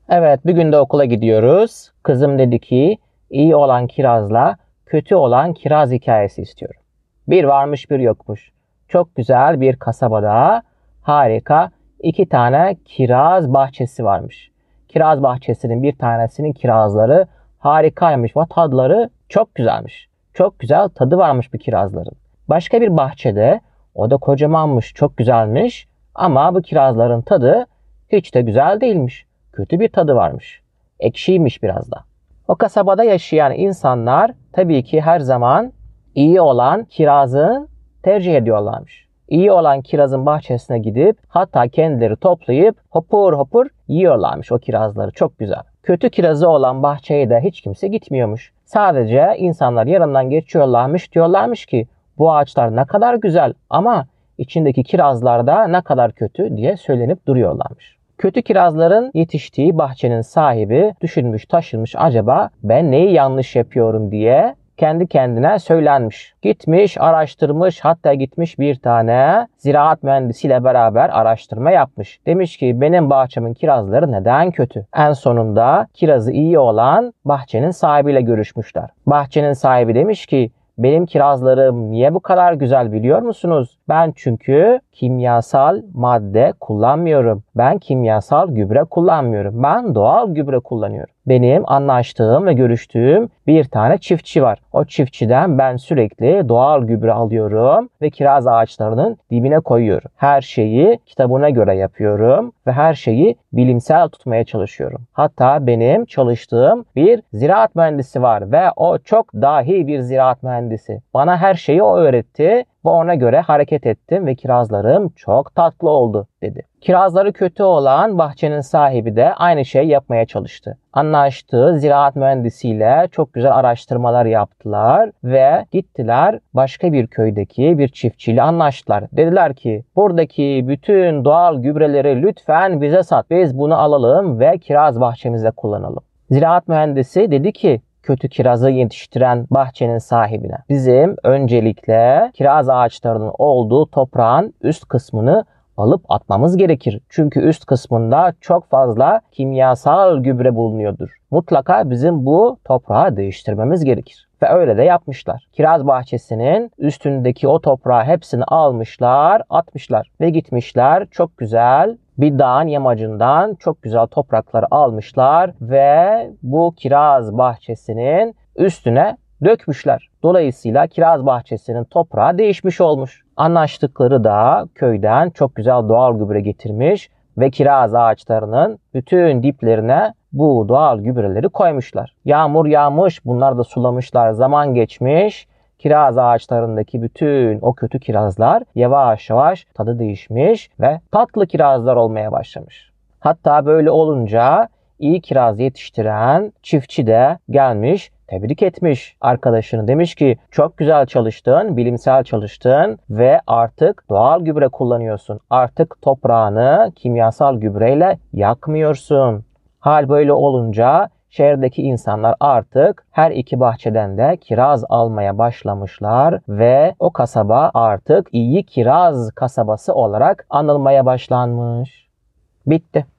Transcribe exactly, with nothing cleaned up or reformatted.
Evet, bir gün de okula gidiyoruz. Kızım dedi ki iyi olan kirazla kötü olan kiraz hikayesi istiyorum. Bir varmış bir yokmuş. Çok güzel bir kasabada harika iki tane kiraz bahçesi varmış. Kiraz bahçesinin bir tanesinin kirazları harikaymış ve tadları çok güzelmiş. Çok güzel tadı varmış bu kirazların. Başka bir bahçede o da kocamanmış, çok güzelmiş ama bu kirazların tadı hiç de güzel değilmiş. Kötü bir tadı varmış. Ekşiymiş biraz da. O kasabada yaşayan insanlar tabii ki her zaman iyi olan kirazı tercih ediyorlarmış. İyi olan kirazın bahçesine gidip hatta kendileri toplayıp hopur hopur yiyorlarmış o kirazları. Çok güzel. Kötü kirazı olan bahçeye de hiç kimse gitmiyormuş. Sadece insanlar yanından geçiyorlarmış, diyorlarmış ki bu ağaçlar ne kadar güzel ama içindeki kirazlar da ne kadar kötü diye söylenip duruyorlarmış. Kötü kirazların yetiştiği bahçenin sahibi düşünmüş taşınmış, acaba ben neyi yanlış yapıyorum diye kendi kendine söylenmiş. Gitmiş araştırmış, hatta gitmiş bir tane ziraat mühendisiyle beraber araştırma yapmış. Demiş ki benim bahçemin kirazları neden kötü? En sonunda kirazı iyi olan bahçenin sahibiyle görüşmüşler. Bahçenin sahibi demiş ki benim kirazlarım niye bu kadar güzel biliyor musunuz? Ben çünkü kimyasal madde kullanmıyorum. Ben kimyasal gübre kullanmıyorum. Ben doğal gübre kullanıyorum. Benim anlaştığım ve görüştüğüm bir tane çiftçi var. O çiftçiden ben sürekli doğal gübre alıyorum ve kiraz ağaçlarının dibine koyuyorum. Her şeyi kitabına göre yapıyorum ve her şeyi bilimsel tutmaya çalışıyorum. Hatta benim çalıştığım bir ziraat mühendisi var ve o çok dahi bir ziraat mühendisi. Bana her şeyi o öğretti ve ona göre hareket ettim ve kirazlarım çok tatlı oldu dedi. Kirazları kötü olan bahçenin sahibi de aynı şey yapmaya çalıştı. Anlaştığı ziraat mühendisiyle çok güzel araştırmalar yaptılar ve gittiler başka bir köydeki bir çiftçiyle anlaştılar. Dediler ki buradaki bütün doğal gübreleri lütfen bize sat. Biz bunu alalım ve kiraz bahçemizde kullanalım. Ziraat mühendisi dedi ki kötü kirazı yetiştiren bahçenin sahibine, bizim öncelikle kiraz ağaçlarının olduğu toprağın üst kısmını alıp atmamız gerekir. Çünkü üst kısmında çok fazla kimyasal gübre bulunuyordur. Mutlaka bizim bu toprağı değiştirmemiz gerekir. Ve öyle de yapmışlar. Kiraz bahçesinin üstündeki o toprağı hepsini almışlar, atmışlar ve gitmişler çok güzel bir dağın yamacından çok güzel toprakları almışlar ve bu kiraz bahçesinin üstüne dökmüşler. Dolayısıyla kiraz bahçesinin toprağı değişmiş olmuş. Anlaştıkları da köyden çok güzel doğal gübre getirmiş ve kiraz ağaçlarının bütün diplerine bu doğal gübreleri koymuşlar. Yağmur yağmış, bunlar da sulamışlar, zaman geçmiş. Kiraz ağaçlarındaki bütün o kötü kirazlar yavaş yavaş tadı değişmiş ve tatlı kirazlar olmaya başlamış. Hatta böyle olunca iyi kiraz yetiştiren çiftçi de gelmiş, tebrik etmiş arkadaşını. Demiş ki çok güzel çalıştın, bilimsel çalıştın ve artık doğal gübre kullanıyorsun. Artık toprağını kimyasal gübreyle yakmıyorsun. Hal böyle olunca şehirdeki insanlar artık her iki bahçeden de kiraz almaya başlamışlar ve o kasaba artık iyi kiraz kasabası olarak anılmaya başlanmış. Bitti.